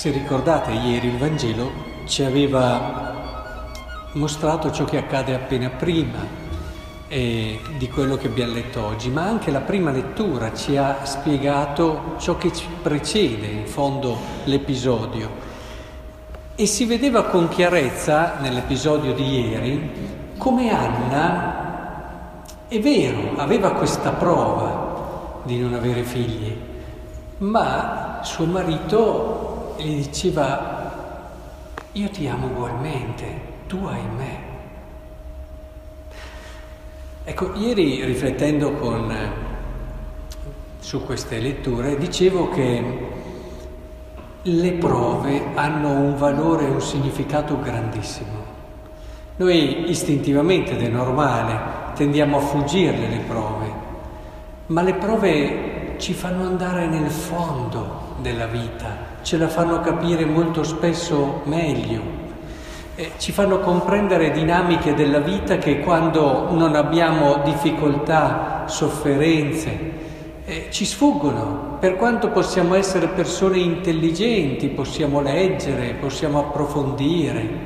Se ricordate, ieri il Vangelo ci aveva mostrato ciò che accade appena prima di quello che abbiamo letto oggi, ma anche la prima lettura ci ha spiegato ciò che ci precede, in fondo, l'episodio. E si vedeva con chiarezza nell'episodio di ieri come Anna, è vero, aveva questa prova di non avere figli, ma suo marito gli diceva: io ti amo ugualmente, tu hai me. Ecco, ieri riflettendo su queste letture dicevo che le prove hanno un valore e un significato grandissimo. Noi istintivamente, ed è normale, tendiamo a fuggirle le prove, ma le prove ci fanno andare nel fondo della vita, ce la fanno capire molto spesso meglio, ci fanno comprendere dinamiche della vita che quando non abbiamo difficoltà, sofferenze, ci sfuggono. Per quanto possiamo essere persone intelligenti, possiamo leggere, possiamo approfondire.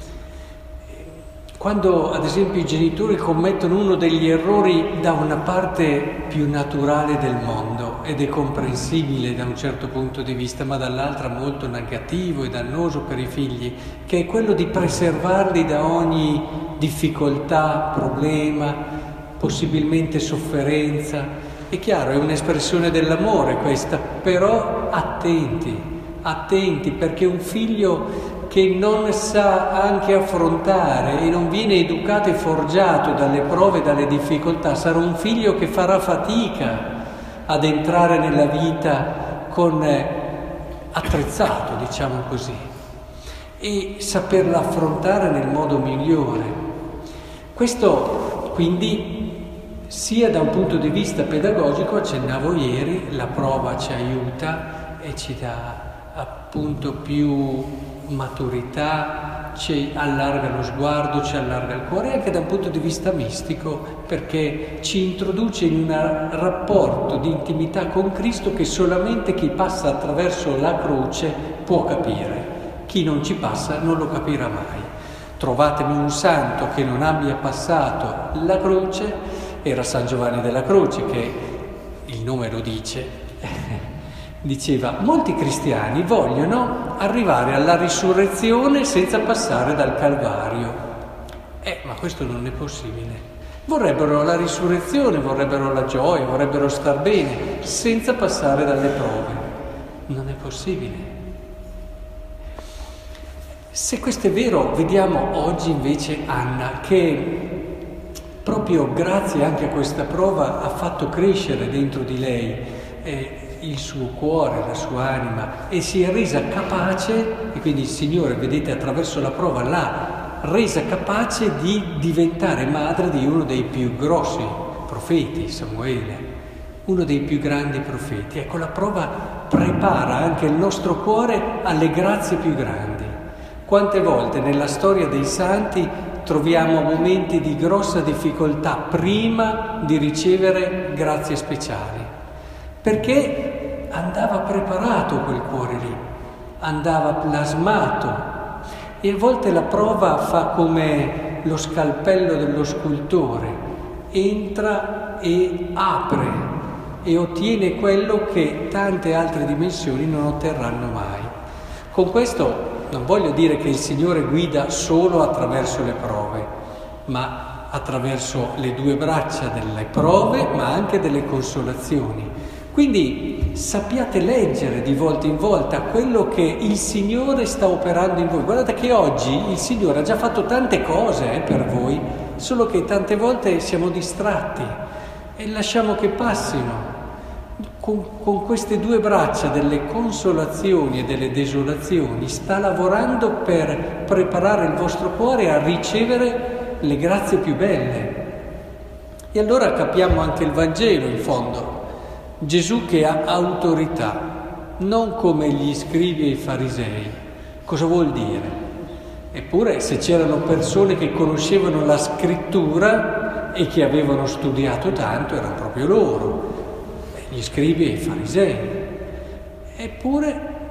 Quando ad esempio i genitori commettono uno degli errori da una parte più naturale del mondo ed è comprensibile da un certo punto di vista, ma dall'altra molto negativo e dannoso per i figli, che è quello di preservarli da ogni difficoltà, problema, possibilmente sofferenza. È chiaro, è un'espressione dell'amore questa, però attenti, perché un figlio che non sa anche affrontare e non viene educato e forgiato dalle prove e dalle difficoltà, sarà un figlio che farà fatica ad entrare nella vita attrezzato, diciamo così, e saperla affrontare nel modo migliore. Questo quindi sia da un punto di vista pedagogico, accennavo ieri, la prova ci aiuta e ci dà appunto più maturità, ci allarga lo sguardo, ci allarga il cuore, anche da un punto di vista mistico, perché ci introduce in un rapporto di intimità con Cristo che solamente chi passa attraverso la croce può capire. Chi non ci passa non lo capirà mai. Trovatemi un santo che non abbia passato la croce. Era San Giovanni della Croce, che il nome lo dice. Diceva: molti cristiani vogliono arrivare alla risurrezione senza passare dal Calvario. Ma questo non è possibile. Vorrebbero la risurrezione, vorrebbero la gioia, vorrebbero star bene, senza passare dalle prove. Non è possibile. Se questo è vero, vediamo oggi invece Anna, che proprio grazie anche a questa prova ha fatto crescere dentro di lei il suo cuore, la sua anima, e si è resa capace, e quindi il Signore, vedete, attraverso la prova l'ha resa capace di diventare madre di uno dei più grossi profeti, Samuele, uno dei più grandi profeti. Ecco, la prova prepara anche il nostro cuore alle grazie più grandi. Quante volte nella storia dei santi troviamo momenti di grossa difficoltà prima di ricevere grazie speciali, perché andava preparato quel cuore lì, andava plasmato, e a volte la prova fa come lo scalpello dello scultore, entra e apre e ottiene quello che tante altre dimensioni non otterranno mai. Con questo non voglio dire che il Signore guida solo attraverso le prove, ma attraverso le due braccia delle prove, ma anche delle consolazioni. Quindi sappiate leggere di volta in volta quello che il Signore sta operando in voi. Guardate che oggi il Signore ha già fatto tante cose per voi, solo che tante volte siamo distratti e lasciamo che passino. Con queste due braccia delle consolazioni e delle desolazioni sta lavorando per preparare il vostro cuore a ricevere le grazie più belle. E allora capiamo anche il Vangelo in fondo. Gesù che ha autorità, non come gli scribi e i farisei. Cosa vuol dire? Eppure se c'erano persone che conoscevano la scrittura e che avevano studiato tanto, erano proprio loro, gli scribi e i farisei. Eppure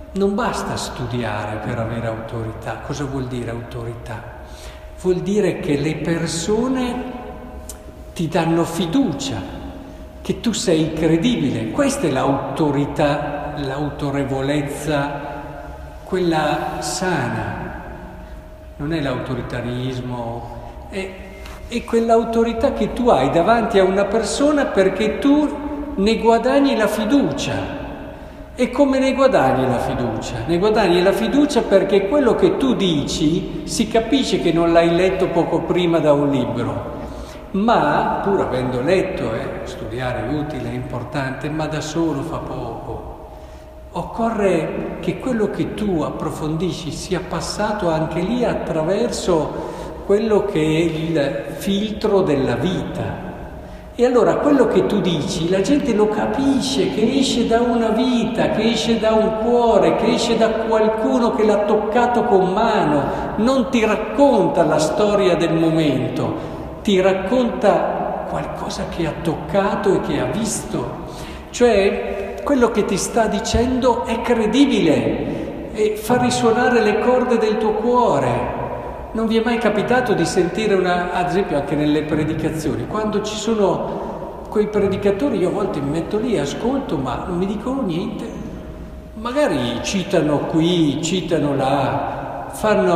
Non basta studiare per avere autorità. Cosa vuol dire autorità? Vuol dire che le persone ti danno fiducia, che tu sei credibile. Questa è l'autorità, l'autorevolezza, quella sana. Non è l'autoritarismo, è quell'autorità che tu hai davanti a una persona perché tu ne guadagni la fiducia. E come ne guadagni la fiducia? Ne guadagni la fiducia perché quello che tu dici si capisce che non l'hai letto poco prima da un libro, ma pur avendo letto, studiare è utile, è importante, ma da solo fa poco. Occorre che quello che tu approfondisci sia passato anche lì attraverso quello che è il filtro della vita. E allora quello che tu dici, la gente lo capisce, che esce da una vita, che esce da un cuore, che esce da qualcuno che l'ha toccato con mano. Non ti racconta la storia del momento, ti racconta qualcosa che ha toccato e che ha visto. Cioè, quello che ti sta dicendo è credibile e fa risuonare le corde del tuo cuore. Non vi è mai capitato di sentire ad esempio anche nelle predicazioni, quando ci sono quei predicatori, io a volte mi metto lì, ascolto, ma non mi dicono niente. Magari citano qui, citano là,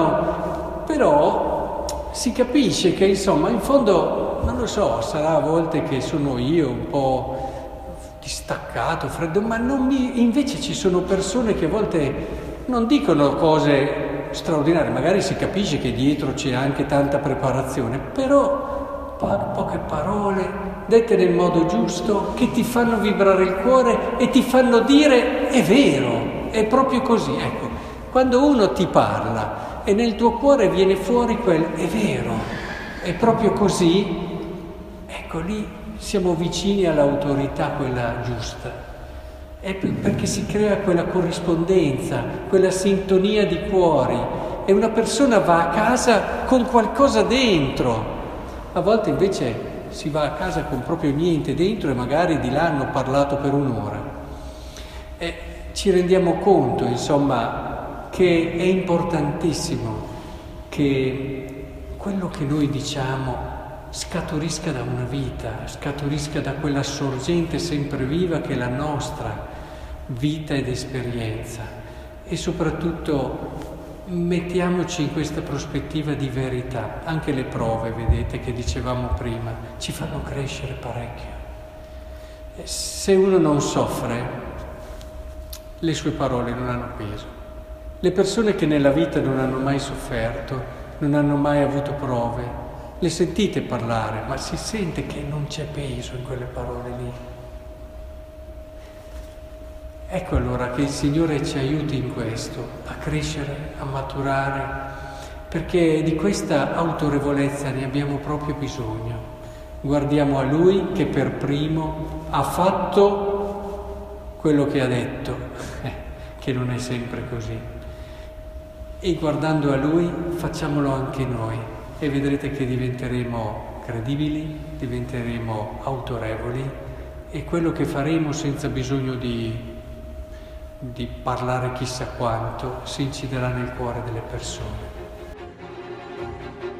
però si capisce che insomma in fondo, non lo so, sarà a volte che sono io un po' distaccato, freddo, ma invece ci sono persone che a volte non dicono cose straordinarie, magari si capisce che dietro c'è anche tanta preparazione, però poche parole dette nel modo giusto che ti fanno vibrare il cuore e ti fanno dire è vero, è proprio così. Ecco, quando uno ti parla e nel tuo cuore viene fuori è vero, è proprio così, ecco lì siamo vicini all'autorità, quella giusta. È perché si crea quella corrispondenza, quella sintonia di cuori e una persona va a casa con qualcosa dentro. A volte invece si va a casa con proprio niente dentro e magari di là hanno parlato per un'ora. E ci rendiamo conto, insomma, che è importantissimo che quello che noi diciamo scaturisca da una vita, scaturisca da quella sorgente sempre viva che è la nostra vita ed esperienza. E soprattutto mettiamoci in questa prospettiva di verità. Anche le prove, vedete, che dicevamo prima, ci fanno crescere parecchio. Se uno non soffre, le sue parole non hanno peso. Le persone che nella vita non hanno mai sofferto, non hanno mai avuto prove, le sentite parlare, ma si sente che non c'è peso in quelle parole lì. Ecco allora che il Signore ci aiuti in questo, a crescere, a maturare, perché di questa autorevolezza ne abbiamo proprio bisogno. Guardiamo a Lui che per primo ha fatto quello che ha detto, che non è sempre così. E guardando a Lui facciamolo anche noi. E vedrete che diventeremo credibili, diventeremo autorevoli e quello che faremo senza bisogno di parlare chissà quanto si inciderà nel cuore delle persone.